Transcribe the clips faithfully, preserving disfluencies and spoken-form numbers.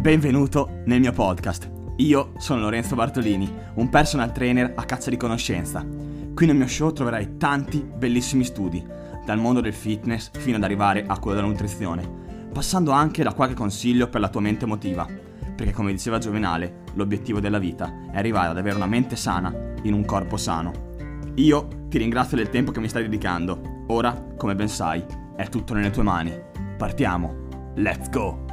Benvenuto nel mio podcast. Io sono Lorenzo Bartolini, un personal trainer a caccia di conoscenza. Qui nel mio show troverai tanti bellissimi studi, dal mondo del fitness fino ad arrivare a quello della nutrizione, passando anche da qualche consiglio per la tua mente emotiva, perché come diceva Giovenale, l'obiettivo della vita è arrivare ad avere una mente sana in un corpo sano. Io ti ringrazio del tempo che mi stai dedicando. Ora, come ben sai, è tutto nelle tue mani. Partiamo. Let's go!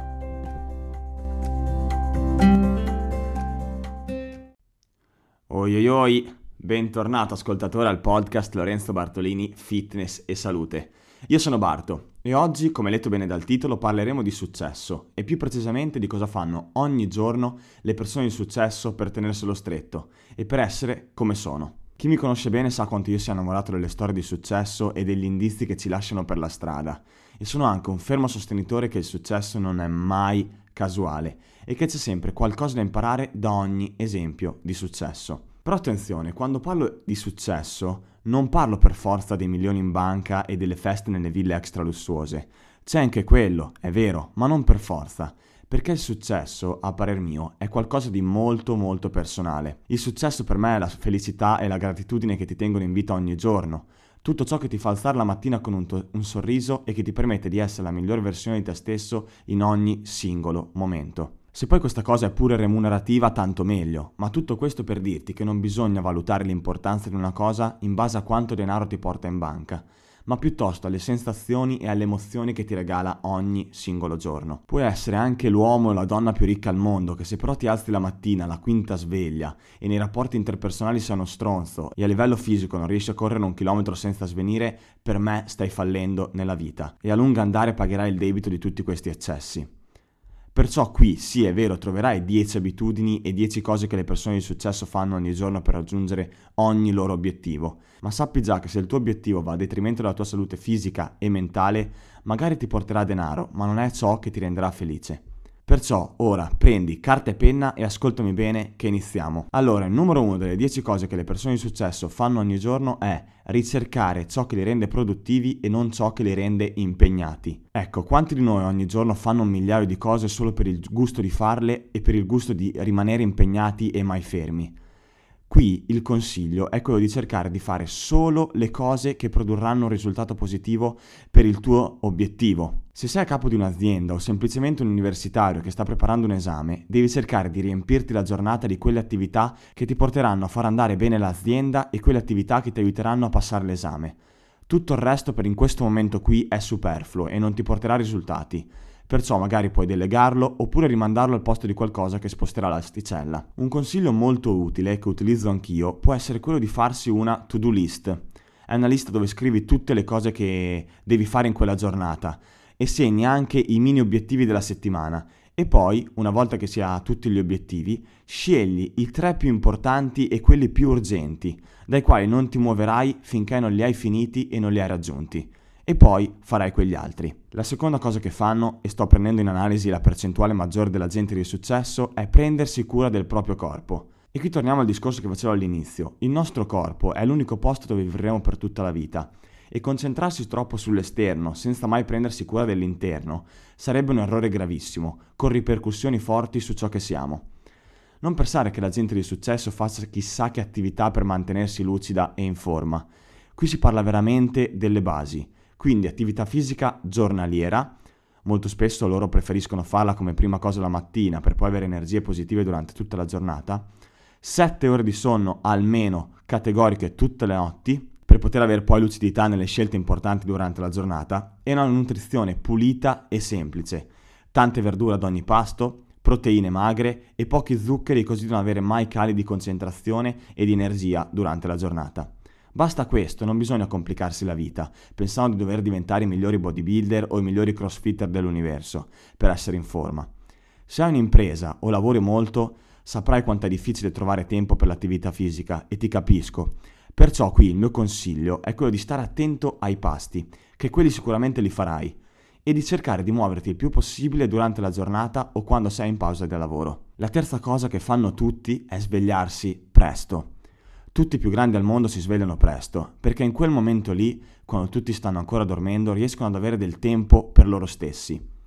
Oi oi oi, bentornato ascoltatore al podcast Lorenzo Bartolini Fitness e Salute. Io sono Barto e oggi, come letto bene dal titolo, parleremo di successo e più precisamente di cosa fanno ogni giorno le persone di successo per tenerselo stretto e per essere come sono. Chi mi conosce bene sa quanto io sia innamorato delle storie di successo e degli indizi che ci lasciano per la strada e sono anche un fermo sostenitore che il successo non è mai casuale e che c'è sempre qualcosa da imparare da ogni esempio di successo. Però attenzione, quando parlo di successo non parlo per forza dei milioni in banca e delle feste nelle ville extra lussuose. C'è anche quello, è vero, ma non per forza, perché il successo, a parer mio, è qualcosa di molto molto personale. Il successo per me è la felicità e la gratitudine che ti tengono in vita ogni giorno. Tutto ciò che ti fa alzare la mattina con un, to- un sorriso e che ti permette di essere la miglior versione di te stesso in ogni singolo momento. Se poi questa cosa è pure remunerativa, tanto meglio, ma tutto questo per dirti che non bisogna valutare l'importanza di una cosa in base a quanto denaro ti porta in banca, ma piuttosto alle sensazioni e alle emozioni che ti regala ogni singolo giorno. Puoi essere anche l'uomo o la donna più ricca al mondo, che se però ti alzi la mattina alla quinta sveglia e nei rapporti interpersonali sei uno stronzo e a livello fisico non riesci a correre un chilometro senza svenire, per me stai fallendo nella vita e a lungo andare pagherai il debito di tutti questi eccessi. Perciò qui, sì è vero, troverai dieci abitudini e dieci cose che le persone di successo fanno ogni giorno per raggiungere ogni loro obiettivo, ma sappi già che se il tuo obiettivo va a detrimento della tua salute fisica e mentale, magari ti porterà denaro, ma non è ciò che ti renderà felice. Perciò ora prendi carta e penna e ascoltami bene che iniziamo. Allora, il numero uno delle dieci cose che le persone di successo fanno ogni giorno è ricercare ciò che li rende produttivi e non ciò che li rende impegnati. Ecco, quanti di noi ogni giorno fanno un migliaio di cose solo per il gusto di farle e per il gusto di rimanere impegnati e mai fermi? Qui il consiglio è quello di cercare di fare solo le cose che produrranno un risultato positivo per il tuo obiettivo. Se sei a capo di un'azienda o semplicemente un universitario che sta preparando un esame, devi cercare di riempirti la giornata di quelle attività che ti porteranno a far andare bene l'azienda e quelle attività che ti aiuteranno a passare l'esame. Tutto il resto per in questo momento qui è superfluo e non ti porterà risultati. Perciò magari puoi delegarlo oppure rimandarlo al posto di qualcosa che sposterà l'asticella. Un consiglio molto utile che utilizzo anch'io può essere quello di farsi una to-do list. È una lista dove scrivi tutte le cose che devi fare in quella giornata e segni anche i mini obiettivi della settimana. E poi, una volta che si ha tutti gli obiettivi, scegli i tre più importanti e quelli più urgenti, dai quali non ti muoverai finché non li hai finiti e non li hai raggiunti. E poi farai quegli altri. La seconda cosa che fanno, e sto prendendo in analisi la percentuale maggiore della gente di successo, è prendersi cura del proprio corpo. E qui torniamo al discorso che facevo all'inizio. Il nostro corpo è l'unico posto dove vivremo per tutta la vita. E concentrarsi troppo sull'esterno, senza mai prendersi cura dell'interno, sarebbe un errore gravissimo, con ripercussioni forti su ciò che siamo. Non pensare che la gente di successo faccia chissà che attività per mantenersi lucida e in forma. Qui si parla veramente delle basi. Quindi attività fisica giornaliera, molto spesso loro preferiscono farla come prima cosa la mattina per poi avere energie positive durante tutta la giornata, sette ore di sonno almeno categoriche tutte le notti per poter avere poi lucidità nelle scelte importanti durante la giornata e una nutrizione pulita e semplice, tante verdure ad ogni pasto, proteine magre e pochi zuccheri così da non avere mai cali di concentrazione e di energia durante la giornata. Basta questo, non bisogna complicarsi la vita, pensando di dover diventare i migliori bodybuilder o i migliori crossfitter dell'universo per essere in forma. Se hai un'impresa o lavori molto, saprai quanto è difficile trovare tempo per l'attività fisica e ti capisco. Perciò qui il mio consiglio è quello di stare attento ai pasti, che quelli sicuramente li farai, e di cercare di muoverti il più possibile durante la giornata o quando sei in pausa da lavoro. La terza cosa che fanno tutti è svegliarsi presto. Tutti i più grandi al mondo si svegliano presto, perché in quel momento lì, quando tutti stanno ancora dormendo, riescono ad avere del tempo per loro stessi.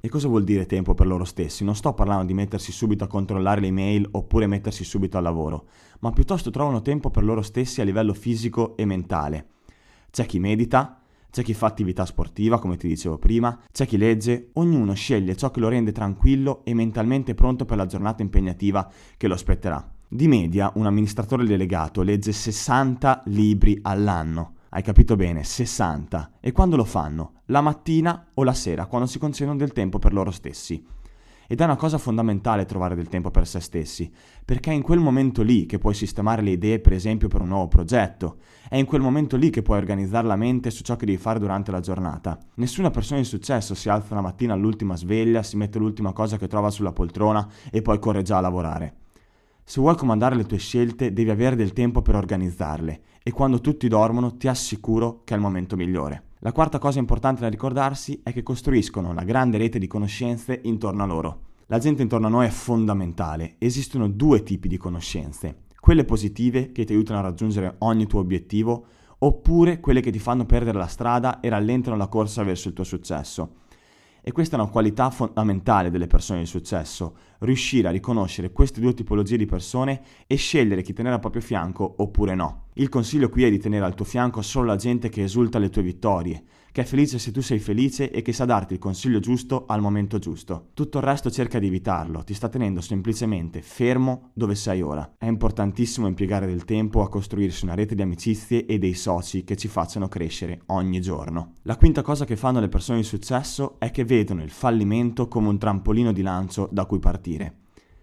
E cosa vuol dire tempo per loro stessi? Non sto parlando di mettersi subito a controllare le email oppure mettersi subito al lavoro, ma piuttosto trovano tempo per loro stessi a livello fisico e mentale. C'è chi medita, c'è chi fa attività sportiva, come ti dicevo prima, c'è chi legge, ognuno sceglie ciò che lo rende tranquillo e mentalmente pronto per la giornata impegnativa che lo aspetterà. Di media, un amministratore delegato legge sessanta libri all'anno. Hai capito bene, sessanta. E quando lo fanno? La mattina o la sera, quando si concedono del tempo per loro stessi. Ed è una cosa fondamentale trovare del tempo per se stessi, perché è in quel momento lì che puoi sistemare le idee, per esempio, per un nuovo progetto. È in quel momento lì che puoi organizzare la mente su ciò che devi fare durante la giornata. Nessuna persona di successo si alza la mattina all'ultima sveglia, si mette l'ultima cosa che trova sulla poltrona e poi corre già a lavorare. Se vuoi comandare le tue scelte, devi avere del tempo per organizzarle e quando tutti dormono ti assicuro che è il momento migliore. La quarta cosa importante da ricordarsi è che costruiscono una grande rete di conoscenze intorno a loro. La gente intorno a noi è fondamentale. Esistono due tipi di conoscenze. Quelle positive che ti aiutano a raggiungere ogni tuo obiettivo, oppure quelle che ti fanno perdere la strada e rallentano la corsa verso il tuo successo. E questa è una qualità fondamentale delle persone di successo, riuscire a riconoscere queste due tipologie di persone e scegliere chi tenere al proprio fianco oppure no. Il consiglio qui è di tenere al tuo fianco solo la gente che esulta alle tue vittorie, che è felice se tu sei felice e che sa darti il consiglio giusto al momento giusto. Tutto il resto cerca di evitarlo, ti sta tenendo semplicemente fermo dove sei ora. È importantissimo impiegare del tempo a costruirsi una rete di amicizie e dei soci che ci facciano crescere ogni giorno. La quinta cosa che fanno le persone di successo è che vedono il fallimento come un trampolino di lancio da cui partire.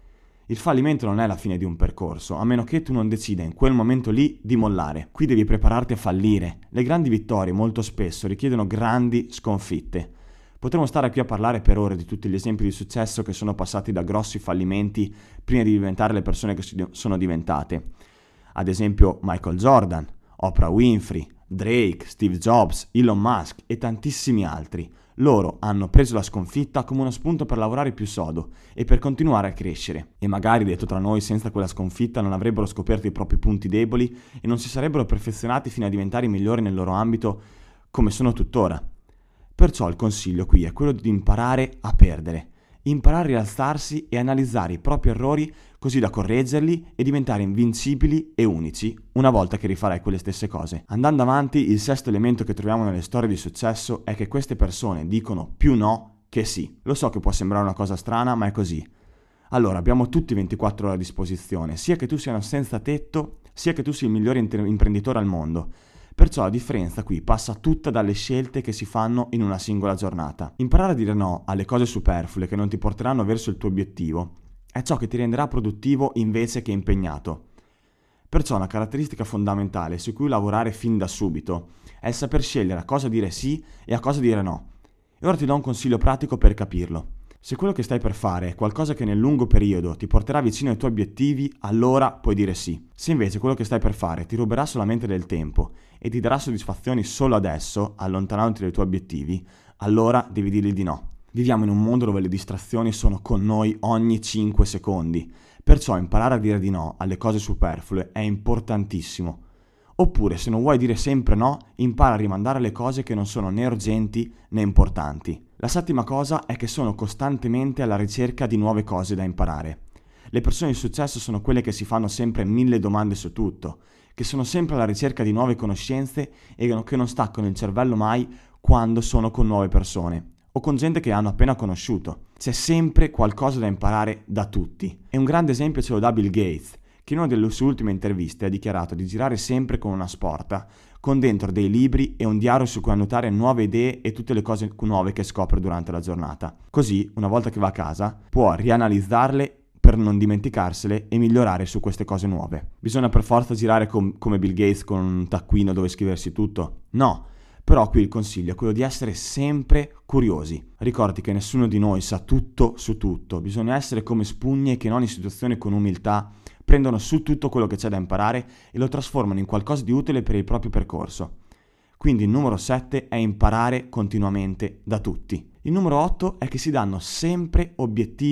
Il fallimento non è la fine di un percorso, a meno che tu non decida in quel momento lì di mollare. Qui devi prepararti a fallire. Le grandi vittorie molto spesso richiedono grandi sconfitte. Potremmo stare qui a parlare per ore di tutti gli esempi di successo che sono passati da grossi fallimenti prima di diventare le persone che sono diventate. Ad esempio Michael Jordan, Oprah Winfrey, Drake, Steve Jobs, Elon Musk e tantissimi altri. Loro hanno preso la sconfitta come uno spunto per lavorare più sodo e per continuare a crescere. E magari, detto tra noi, senza quella sconfitta non avrebbero scoperto i propri punti deboli e non si sarebbero perfezionati fino a diventare i migliori nel loro ambito come sono tuttora. Perciò il consiglio qui è quello di imparare a perdere, imparare a rialzarsi e analizzare i propri errori così da correggerli e diventare invincibili e unici una volta che rifarai quelle stesse cose. Andando avanti, il sesto elemento che troviamo nelle storie di successo è che queste persone dicono più no che sì. Lo so che può sembrare una cosa strana, ma è così. Allora, abbiamo tutti ventiquattro ore a disposizione, sia che tu sia un senza tetto, sia che tu sia il migliore imprenditore al mondo. Perciò la differenza qui passa tutta dalle scelte che si fanno in una singola giornata. Imparare a dire no alle cose superflue che non ti porteranno verso il tuo obiettivo è ciò che ti renderà produttivo invece che impegnato. Perciò una caratteristica fondamentale su cui lavorare fin da subito è il saper scegliere a cosa dire sì e a cosa dire no. E ora ti do un consiglio pratico per capirlo. Se quello che stai per fare è qualcosa che nel lungo periodo ti porterà vicino ai tuoi obiettivi, allora puoi dire sì. Se invece quello che stai per fare ti ruberà solamente del tempo e ti darà soddisfazioni solo adesso, allontanandoti dai tuoi obiettivi, allora devi dirgli di no. Viviamo in un mondo dove le distrazioni sono con noi ogni cinque secondi, perciò imparare a dire di no alle cose superflue è importantissimo. Oppure, se non vuoi dire sempre no, impara a rimandare le cose che non sono né urgenti né importanti. La settima cosa è che sono costantemente alla ricerca di nuove cose da imparare. Le persone di successo sono quelle che si fanno sempre mille domande su tutto, che sono sempre alla ricerca di nuove conoscenze e che non staccano il cervello mai quando sono con nuove persone o con gente che hanno appena conosciuto. C'è sempre qualcosa da imparare da tutti. E un grande esempio ce lo dà Bill Gates, che in una delle sue ultime interviste ha dichiarato di girare sempre con una sporta, con dentro dei libri e un diario su cui annotare nuove idee e tutte le cose nuove che scopre durante la giornata. Così, una volta che va a casa, può rianalizzarle per non dimenticarsele e migliorare su queste cose nuove. Bisogna per forza girare com- come Bill Gates con un taccuino dove scriversi tutto? No, però qui il consiglio è quello di essere sempre curiosi. Ricordi che nessuno di noi sa tutto su tutto, bisogna essere come spugne che in ogni situazione con umiltà prendono su tutto quello che c'è da imparare e lo trasformano in qualcosa di utile per il proprio percorso. Quindi il numero sette è imparare continuamente da tutti. Il numero otto è che si danno sempre obiettivi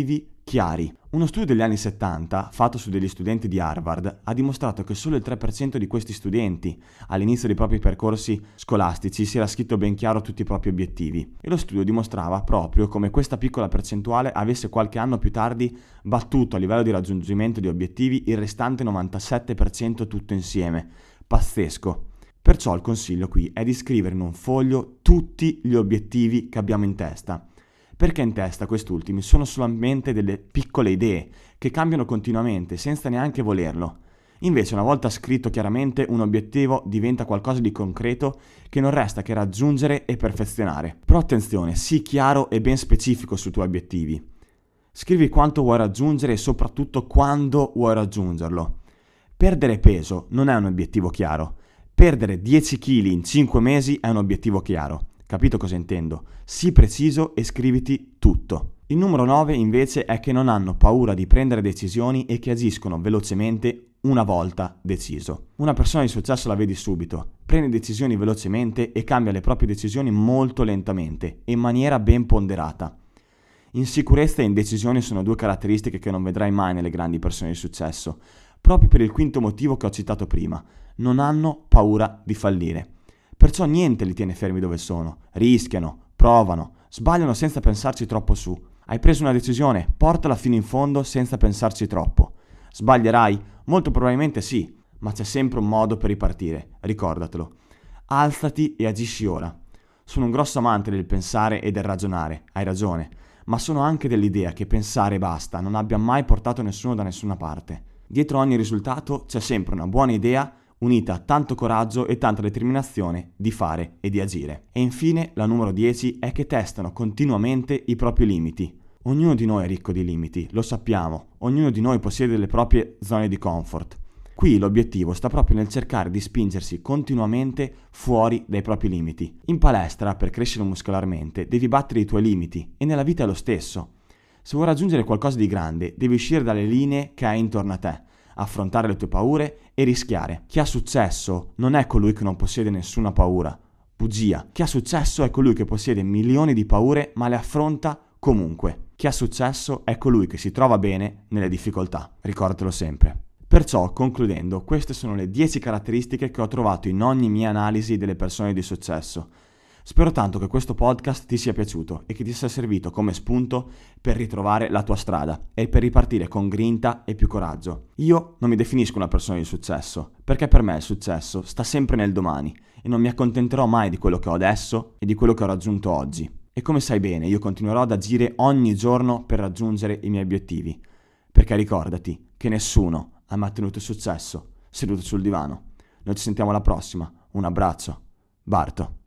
chiari. Uno studio degli anni settanta, fatto su degli studenti di Harvard, ha dimostrato che solo il tre per cento di questi studenti, all'inizio dei propri percorsi scolastici, si era scritto ben chiaro tutti i propri obiettivi. E lo studio dimostrava proprio come questa piccola percentuale avesse qualche anno più tardi battuto a livello di raggiungimento di obiettivi il restante novantasette per cento tutto insieme. Pazzesco. Perciò il consiglio qui è di scrivere in un foglio tutti gli obiettivi che abbiamo in testa. Perché in testa quest'ultimi sono solamente delle piccole idee che cambiano continuamente senza neanche volerlo. Invece una volta scritto chiaramente un obiettivo diventa qualcosa di concreto che non resta che raggiungere e perfezionare. Però attenzione, sii chiaro e ben specifico sui tuoi obiettivi. Scrivi quanto vuoi raggiungere e soprattutto quando vuoi raggiungerlo. Perdere peso non è un obiettivo chiaro. Perdere dieci chili in cinque mesi è un obiettivo chiaro. Capito cosa intendo? Sii preciso e scriviti tutto. Il numero nove invece è che non hanno paura di prendere decisioni e che agiscono velocemente una volta deciso. Una persona di successo la vedi subito, prende decisioni velocemente e cambia le proprie decisioni molto lentamente e in maniera ben ponderata. Insicurezza e indecisione sono due caratteristiche che non vedrai mai nelle grandi persone di successo, proprio per il quinto motivo che ho citato prima: non hanno paura di fallire. Perciò niente li tiene fermi dove sono, rischiano, provano, sbagliano senza pensarci troppo su. Hai preso una decisione, portala fino in fondo senza pensarci troppo. Sbaglierai? Molto probabilmente sì, ma c'è sempre un modo per ripartire, ricordatelo. Alzati e agisci ora. Sono un grosso amante del pensare e del ragionare, hai ragione, ma sono anche dell'idea che pensare e basta non abbia mai portato nessuno da nessuna parte. Dietro ogni risultato c'è sempre una buona idea unita a tanto coraggio e tanta determinazione di fare e di agire. E infine la numero dieci è che testano continuamente i propri limiti. Ognuno di noi è ricco di limiti, lo sappiamo, ognuno di noi possiede le proprie zone di comfort. Qui l'obiettivo sta proprio nel cercare di spingersi continuamente fuori dai propri limiti. In palestra, per crescere muscolarmente, devi battere i tuoi limiti e nella vita è lo stesso. Se vuoi raggiungere qualcosa di grande, devi uscire dalle linee che hai intorno a te, affrontare le tue paure e rischiare. Chi ha successo non è colui che non possiede nessuna paura. Bugia. Chi ha successo è colui che possiede milioni di paure ma le affronta comunque. Chi ha successo è colui che si trova bene nelle difficoltà. Ricordatelo sempre. Perciò, concludendo, queste sono le dieci caratteristiche che ho trovato in ogni mia analisi delle persone di successo. Spero tanto che questo podcast ti sia piaciuto e che ti sia servito come spunto per ritrovare la tua strada e per ripartire con grinta e più coraggio. Io non mi definisco una persona di successo, perché per me il successo sta sempre nel domani e non mi accontenterò mai di quello che ho adesso e di quello che ho raggiunto oggi. E come sai bene, io continuerò ad agire ogni giorno per raggiungere i miei obiettivi, perché ricordati che nessuno ha mai ottenuto successo seduto sul divano. Noi ci sentiamo alla prossima. Un abbraccio. Barto.